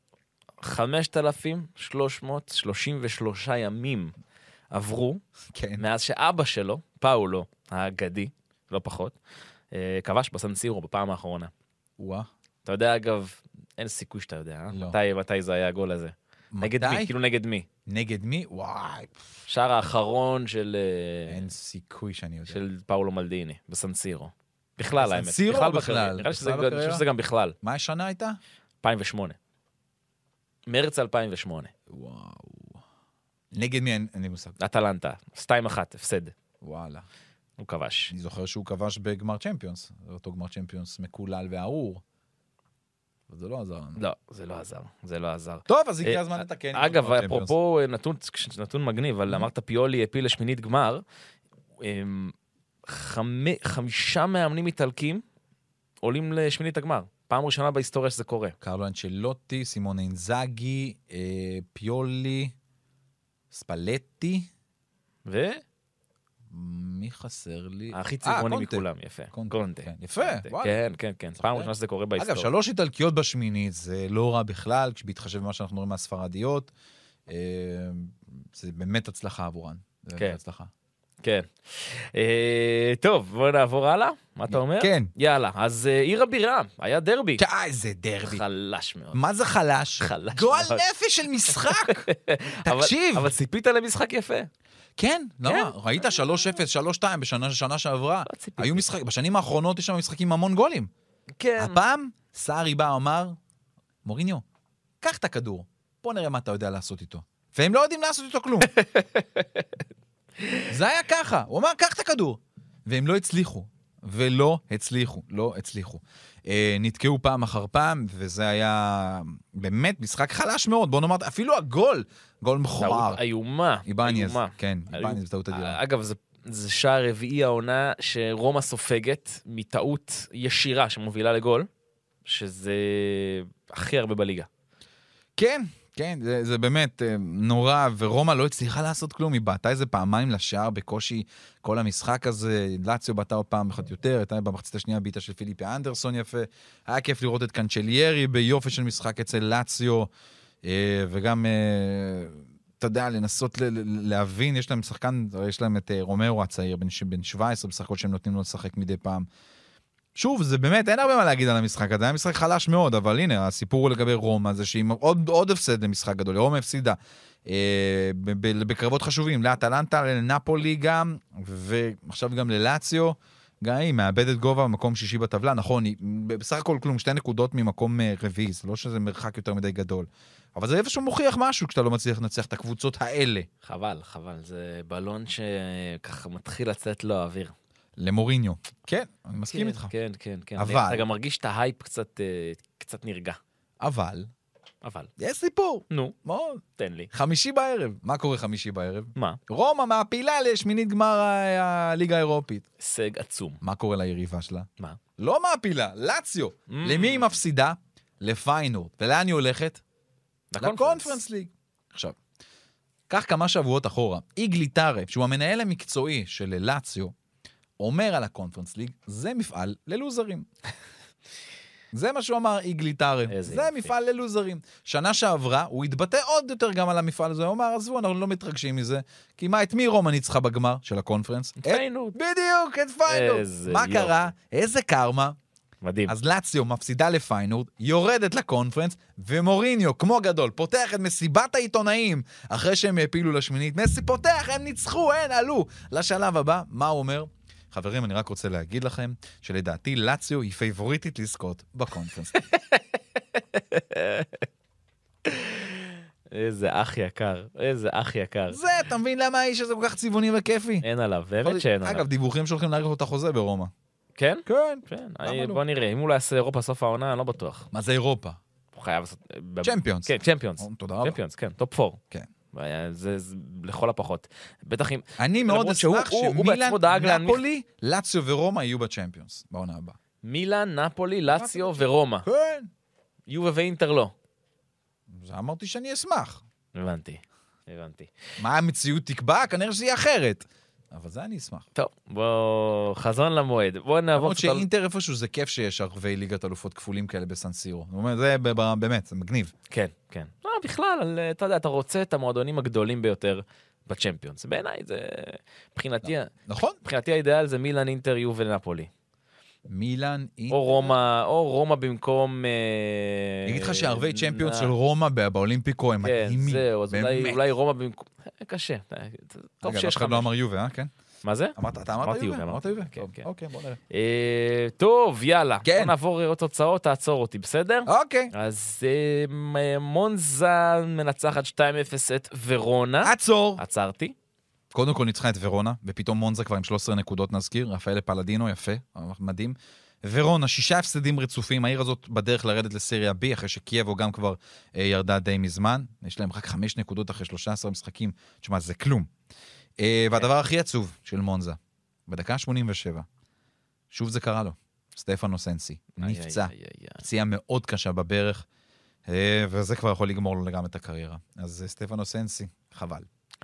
Speaker 4: 5,333 ימים עברו,
Speaker 1: כן.
Speaker 4: מאז שאבא שלו, פאולו, האגדי, לא פחות, כבש בסן סירו בפעם האחרונה.
Speaker 1: וואה.
Speaker 4: אתה יודע, אגב, אין סיכוי שאתה יודע,
Speaker 1: לא.
Speaker 4: מתי זה היה הגול הזה? נגד מי? כאילו נגד מי?
Speaker 1: נגד מי? וואי.
Speaker 4: שער האחרון של...
Speaker 1: אין סיכוי שאני יודע.
Speaker 4: של פאולו מלדיני, בסן סירו. בכלל, האמת.
Speaker 1: בסן סירו בכלל?
Speaker 4: נראה לי שזה גם בכלל.
Speaker 1: מה השנה הייתה?
Speaker 4: 2008. מרץ 2008.
Speaker 1: וואו. נגד מי? אני מושג.
Speaker 4: אטלנטה. 2-1, הפסד.
Speaker 1: וואלה.
Speaker 4: הוא כבש.
Speaker 1: אני זוכר שהוא כבש בגמר צ'מפיונס. אותו גמר צ'מפיונס מקולל וארור. זה לא עזר.
Speaker 4: לא, זה לא עזר.
Speaker 1: טוב, אז הגיע הזמן לתקן.
Speaker 4: אגב, אפרופו נתון מגניב, אבל אמרת פיולי הפיל לשמינית גמר, 5 מאמנים איטלקים עולים לשמינית הגמר. פעם ראשונה בהיסטוריה שזה קורה.
Speaker 1: קרלו אנצ'לוטי, סימון אינזאגי, פיולי, ספלטי. מי חסר לי?
Speaker 4: הכי צבעוני מכולם, יפה.
Speaker 1: קונטה. יפה, וואלה.
Speaker 4: כן. פעם ראשונה שזה קורה בהיסטוריה.
Speaker 1: אגב, 3 איטלקיות בשמינית, זה לא רע בכלל, כשבהתחשב במה שאנחנו רואים מהספרדיות, זה באמת הצלחה עבורן.
Speaker 4: כן. כן. טוב, בואו נעבור הלאה. מה אתה אומר?
Speaker 1: כן.
Speaker 4: יאללה, אז עיר הבירה, היה דרבי.
Speaker 1: איזה דרבי.
Speaker 4: חלש מאוד.
Speaker 1: מה זה חלש? גועל נפש של משחק. תקשיב.
Speaker 4: אבל ציפית למשחק יפה.
Speaker 1: כן, לא, ראית 3-0, 3-2 בשנה שעברה. היו משחקים, בשנים האחרונות יש שם משחקים המון גולים.
Speaker 4: כן.
Speaker 1: הפעם, סארי בא, אמר, מוריניו, קח את הכדור, בוא נראה מה אתה יודע לעשות איתו. והם לא יודעים לעשות איתו כלום. זה היה ככה. הוא אמר, קח את הכדור. והם לא הצליחו. ולא הצליחו. לא הצליחו. נתקעו פעם אחר פעם, וזה היה באמת משחק חלש מאוד. בוא נאמר, אפילו הגול, גול מכוער.
Speaker 4: איומה.
Speaker 1: איבניאז, כן, איבניאז בטעות אדירה.
Speaker 4: אגב, זה שער רביעי העונה שרומא סופגת מטעות ישירה שמובילה לגול, שזה הכי הרבה בליגה.
Speaker 1: כן, כן, זה באמת נורא, ורומא לא הצליחה לעשות כלום, היא בעטה איזה פעמיים לשער בקושי כל המשחק הזה, לאציו בעטה עוד פעם אחת יותר, הייתה במחצית השנייה בעיטה של פיליפי אנדרסון יפה, היה כיף לראות את קנצ'ליירי ביופי של משחק אצל לאציו, וגם, אתה יודע, לנסות להבין, יש להם שחקן, יש להם את רומאו הצעיר, בן 17 בסך הכל שהם נותנים לו לשחק מדי פעם, שוב, זה באמת, אין הרבה מה להגיד על המשחק הזה, היה משחק חלש מאוד, אבל הנה, הסיפור הוא לגבי רומא, זה שהיא עוד הפסד למשחק גדול, רומא הפסידה, בקרבות חשובים, לאטלנטה, לנפולי גם, ועכשיו גם ללאציו, גם היא מאבדת גובה במקום שישי בטבלה, נכון, היא בסך הכל כלום, 2 נקודות ממקום רביעי, זה לא שזה מרחק יותר מדי גדול, אבל זה איפשהו מוכיח משהו, כשאתה לא מצליח לנצח את הקבוצות האלה.
Speaker 4: חבל, זה בלון שככה מתחיל לצאת לו האוויר.
Speaker 1: למוריניו. כן, אני מסכים איתך.
Speaker 4: כן.
Speaker 1: אבל...
Speaker 4: אתה גם מרגיש את ההייפ קצת נרגע.
Speaker 1: אבל...
Speaker 4: אבל.
Speaker 1: יש סיפור.
Speaker 4: נו.
Speaker 1: מאוד.
Speaker 4: תן לי.
Speaker 1: 5 בערב. מה קורה 5 בערב?
Speaker 4: מה?
Speaker 1: רומא מעפילה לשמינית גמר הליגה האירופית.
Speaker 4: הישג עצום.
Speaker 1: מה קורה ליריבה שלה?
Speaker 4: מה?
Speaker 1: לא מעפילה, לאציו. למי היא מפסידה? לפיינורד. ולאן היא הולכת? לקונפרנס ליג. עכשיו, כך כמה שבועות אחורה, איגליטרה, שהוא המנהל המקצועי של לאציו, אומר על הקונפרנס ליג, זה מפעל ללוזרים. זה מה שהוא אמר, איגליטרה. זה מפעל ללוזרים. שנה שעברה, הוא התבטא עוד יותר גם על המפעל הזה. הוא אמר, עזבו, אנחנו לא מתרגשים מזה. כי מה, את מי רומא ניצחה בגמר של הקונפרנס?
Speaker 4: פיינורד.
Speaker 1: בדיוק, את פיינורד. מה קרה? איזה קרמה?
Speaker 4: מדהים.
Speaker 1: אז לאציו מפסידה לפיינורד, יורדת לקונפרנס, ומוריניו, כמו גדול, פותח את מסיבת העיתונאים, אחרי שהם הפילו לשמינית. מסי פותח, הם ניצחו, עלו. לשלב הבא, מה הוא אומר? חברים, אני רק רוצה להגיד לכם, שלדעתי לאציו היא פייבוריטית לזכות בקונפרנס.
Speaker 4: איזה אח יקר, איזה אח יקר.
Speaker 1: זה, אתה מבין למה האיש הזה כל כך צבעוני וכיפי?
Speaker 4: אין עליו, באמת שאין עליו.
Speaker 1: אגב, דיווחים שהולכים להאריך לו את החוזה ברומא.
Speaker 4: כן?
Speaker 1: כן.
Speaker 4: בוא נראה, אם הוא לא יעשה אירופה סוף העונה, אני לא בטוח.
Speaker 1: מה זה אירופה?
Speaker 4: הוא חייב לעשות...
Speaker 1: צ'מפיונס.
Speaker 4: כן, צ'מפיונס.
Speaker 1: תודה רבה.
Speaker 4: צ'מפיונס, כן, טופ 4.
Speaker 1: כן.
Speaker 4: זה לכל הפחות. בטח אם...
Speaker 1: אני מאוד אשמח שמילאן, נפולי, לאציו ורומא יהיו בצ'מפיונס בעונה הבאה.
Speaker 4: מילאן, נפולי, לאציו ורומא.
Speaker 1: כן.
Speaker 4: יובה ואינטר לא.
Speaker 1: זה אמרתי שאני אשמח.
Speaker 4: הבנתי.
Speaker 1: מה המציאות תקבע? כנראה שזה יהיה אחרת. אבל זה אני אשמח.
Speaker 4: טוב, בוא חזון למועד. בוא נעבור...
Speaker 1: למרות שאינטר איפשהו זה כיף שיש ערבי ליגת אלופות כפולים כאלה בסנסירו. זה באמת, זה מגניב.
Speaker 4: כן. לא, בכלל, אתה יודע, אתה רוצה את המועדונים הגדולים ביותר בצ'מפיונס. בעיניי זה...
Speaker 1: נכון.
Speaker 4: מבחינתי האידאל זה מילאן, אינטר, יובה ונפולי.
Speaker 1: מילאן, אינטר...
Speaker 4: או רומא במקום...
Speaker 1: אני אגיד לך שערבי צ'מפיונס של רומא באולימפיקו הם מדהימים.
Speaker 4: כן, זהו, אז אולי רומא במקום... קשה.
Speaker 1: טוב שיש לך... לא אמר יובה, כן?
Speaker 4: מה זה?
Speaker 1: אתה אמרת יובה? אמרת יובה?
Speaker 4: כן.
Speaker 1: אוקיי, בוא נראה.
Speaker 4: טוב, יאללה. בוא נעבור עוד תוצאות, תעצור אותי, בסדר?
Speaker 1: אוקיי.
Speaker 4: אז מונזה מנצחת 2-0 את ורונה. עצרתי.
Speaker 1: קודם כל ניצחה את ורונה, ופתאום מונזה כבר עם 13 נקודות נזכיר, רפאל פלדינו, יפה, מדהים. ורונה, 6 הפסדים רצופים, העיר הזאת בדרך לרדת לסריה B, אחרי שקייבו גם כבר ירדה די מזמן, יש להם רק 5 נקודות אחרי 13 משחקים, תשמע, זה כלום. והדבר הכי עצוב של מונזה, בדקה 87, שוב זה קרה לו, סטפנו סנסי, נפצע, פציעה מאוד קשה בברך, וזה כבר יכול לגמור לו גם את הקריירה. אז סטפנו סנסי, חבל.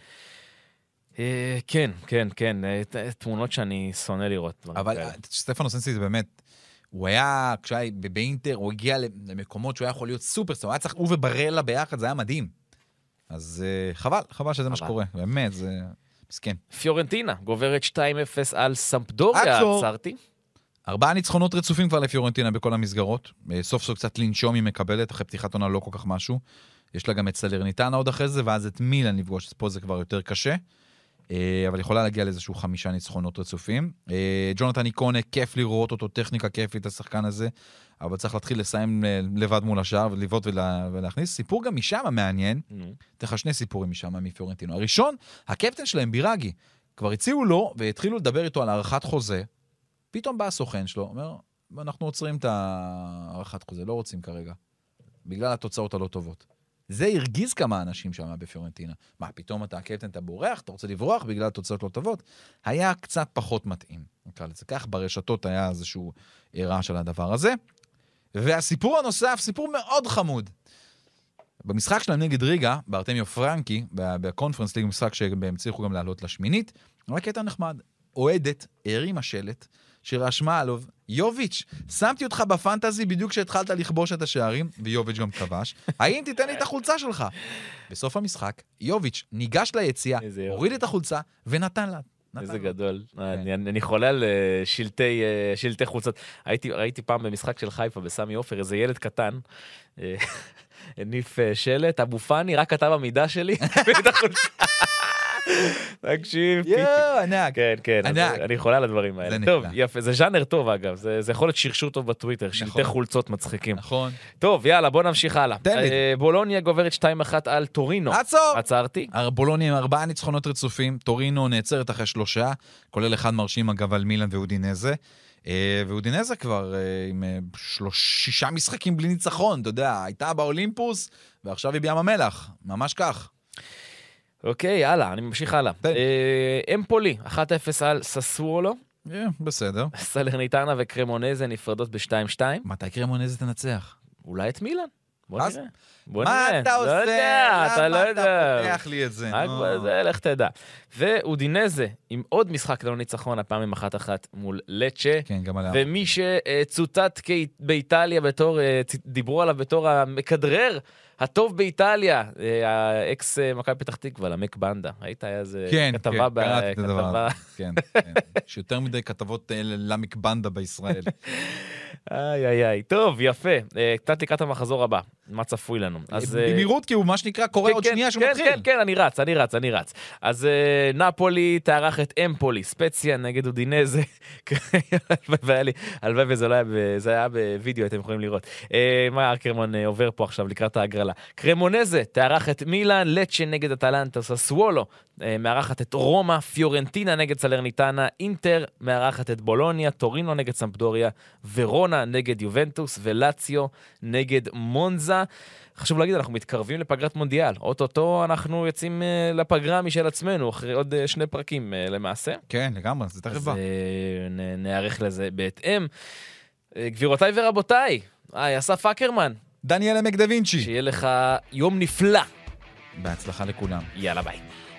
Speaker 4: כן, תמונות שאני שונא לראות.
Speaker 1: אבל סטפנו סנסי זה באמת, הוא היה, כשהיה באינטר, הוא הגיע למקומות שהוא היה יכול להיות סופרסטאר, הוא היה צריך, הוא וברלה ביחד, זה היה מדהים. אז חבל שזה מה שקורה, באמת, זה מסכן.
Speaker 4: פיורנטינה, גוברת 2-0 על סמפדוריה, עצרתי.
Speaker 1: 4 ניצחונות רצופים כבר לפיורנטינה בכל המסגרות, סוף סוף קצת לנשום היא מקבלת, אחרי פתיחת עונה לא כל כך משהו, יש לה גם את סלרניטנה עוד אחרי זה, ואז את מילאן לפגוש, פה זה כבר יותר קשה. אבל יכולה להגיע לאיזשהו 5 ניצחונות רצופים. ג'ונתן איקונה, כיף לראות אותו, טכניקה כיפית, השחקן הזה, אבל צריך להתחיל לסיים לבד מול השאר, ולבעוט ולהכניס. סיפור גם משם המעניין, תכף 2 סיפורים משם, מפיורנטינו. הראשון, הקפטן שלהם, בירגי, כבר הציעו לו, והתחילו לדבר איתו על הערכת חוזה, פתאום בא הסוכן שלו, אומר, אנחנו עוצרים את הערכת חוזה, לא רוצים כרגע, בגלל התוצאות הלא טובות. זה הרגיז כמה אנשים שם בפיורנטינה. מה, פתאום אתה הקפטן, אתה בורח, אתה רוצה לברוח בגלל התוצאות לא טובות? היה קצת פחות מתאים. נקרא לזה כך, ברשתות היה איזשהו רעש של הדבר הזה. והסיפור הנוסף, סיפור מאוד חמוד. במשחק שלהם נגד ריגה, בארטמיו פרנקי, בקונפרנס ליג, משחק שהם הצליחו גם לעלות לשמינית, רק הייתה נחמד. אוהדת, הרימה שלט, שרשמה עליו, יוביץ', שמתי אותך בפנטזי בדיוק כשהתחלת לכבוש את השערים, ויוביץ' גם כבש, האם תיתן לי את החולצה שלך? בסוף המשחק, יוביץ' ניגש ליציאה, הוריד את החולצה, ונתן לה.
Speaker 4: איזה גדול. אני חולה על שלטי חולצות. ראיתי פעם במשחק של חיפה בסמי עופר, איזה ילד קטן, הניף שלט, אבו פני, רק כתב המידה שלי, ואת החולצה. תקשיב, פיצ'י.
Speaker 1: ענק.
Speaker 4: כן, כן, אני חולה על הדברים האלה. טוב, יפה, זה ז'אנר טוב אגב, זה יכול להיות שרשור טוב בטוויטר, שלטי חולצות מצחיקים.
Speaker 1: נכון.
Speaker 4: טוב, יאללה, בוא נמשיך הלאה. בולוניה גוברת 2-1 על טורינו.
Speaker 1: עצור!
Speaker 4: עצרתי.
Speaker 1: בולוניה עם 4 ניצחונות רצופים, טורינו נעצרת אחרי 3, כולל 1 מרשים אגב על מילאן ואודינזה. ואודינזה כבר עם 6 משחקים בלי ניצחון, אתה יודע, הייתה באולימפוס, ועכשיו היא בים המלח, ממש כך.
Speaker 4: אוקיי, הלאה, אני ממשיך הלאה. אמפולי, 1-0 על ססוולו.
Speaker 1: בסדר.
Speaker 4: סלרניטנה וקרמונזה נפרדות ב-2-2.
Speaker 1: מתי קרמונזה תנצח?
Speaker 4: אולי את מילאן. בוא נראה.
Speaker 1: מה אתה עושה?
Speaker 4: אתה לא יודע.
Speaker 1: אתה פותח לי את זה.
Speaker 4: זה, לך תדע. ואודינזה, עם עוד משחק ללא ניצחון, הפעם עם 1-1 מול לצ'ה.
Speaker 1: כן, גם עליה.
Speaker 4: ומי שצוטט באיטליה בתור, דיברו עליו בתור המכדרר, הטוב באיטליה, האקס מכבי פתח תקווה, למק בנדה. היית, היה איזה כתבה
Speaker 1: קראתי את הדבר. כן, יש יותר מדי כתבות למק בנדה בישראל.
Speaker 4: איי, טוב, יפה. קצת לקראת המחזור הבא. מה צפוי לנו?
Speaker 1: במהירות, כי הוא מה שנקרא קורא עוד שנייה שהוא מתחיל.
Speaker 4: כן, אני רץ. אז נפולי תארח את אמפולי, ספציה נגד אודינזה. הלוואי וזה היה בווידאו, אתם יכולים לראות. מה אקרמן עובר פה עכשיו לקראת ההגרלה? קרמונזה תארח את מילאן, לצ'ה נגד אטלנטה, ססוולו מארחת את רומא, פיורנטינה נגד סלרניטנה, אינטר מארחת את בולוניה, טורינו נגד סמפדוריה, ורונה נגד יובנטוס, ולציו נגד מונזה. חשוב להגיד, אנחנו מתקרבים לפגרת מונדיאל. אוטוטו אנחנו יוצאים לפגרה משל עצמנו, אחרי עוד 2 פרקים למעשה.
Speaker 1: כן, לגמרי, זה תכף בא.
Speaker 4: אז נערך לזה בהתאם. גבירותיי ורבותיי, אסף אקרמן.
Speaker 1: דניאל עמק דה וינצ'י.
Speaker 4: שיהיה לך יום נפלא.
Speaker 1: בהצלחה לכולם.
Speaker 4: יאללה ביי.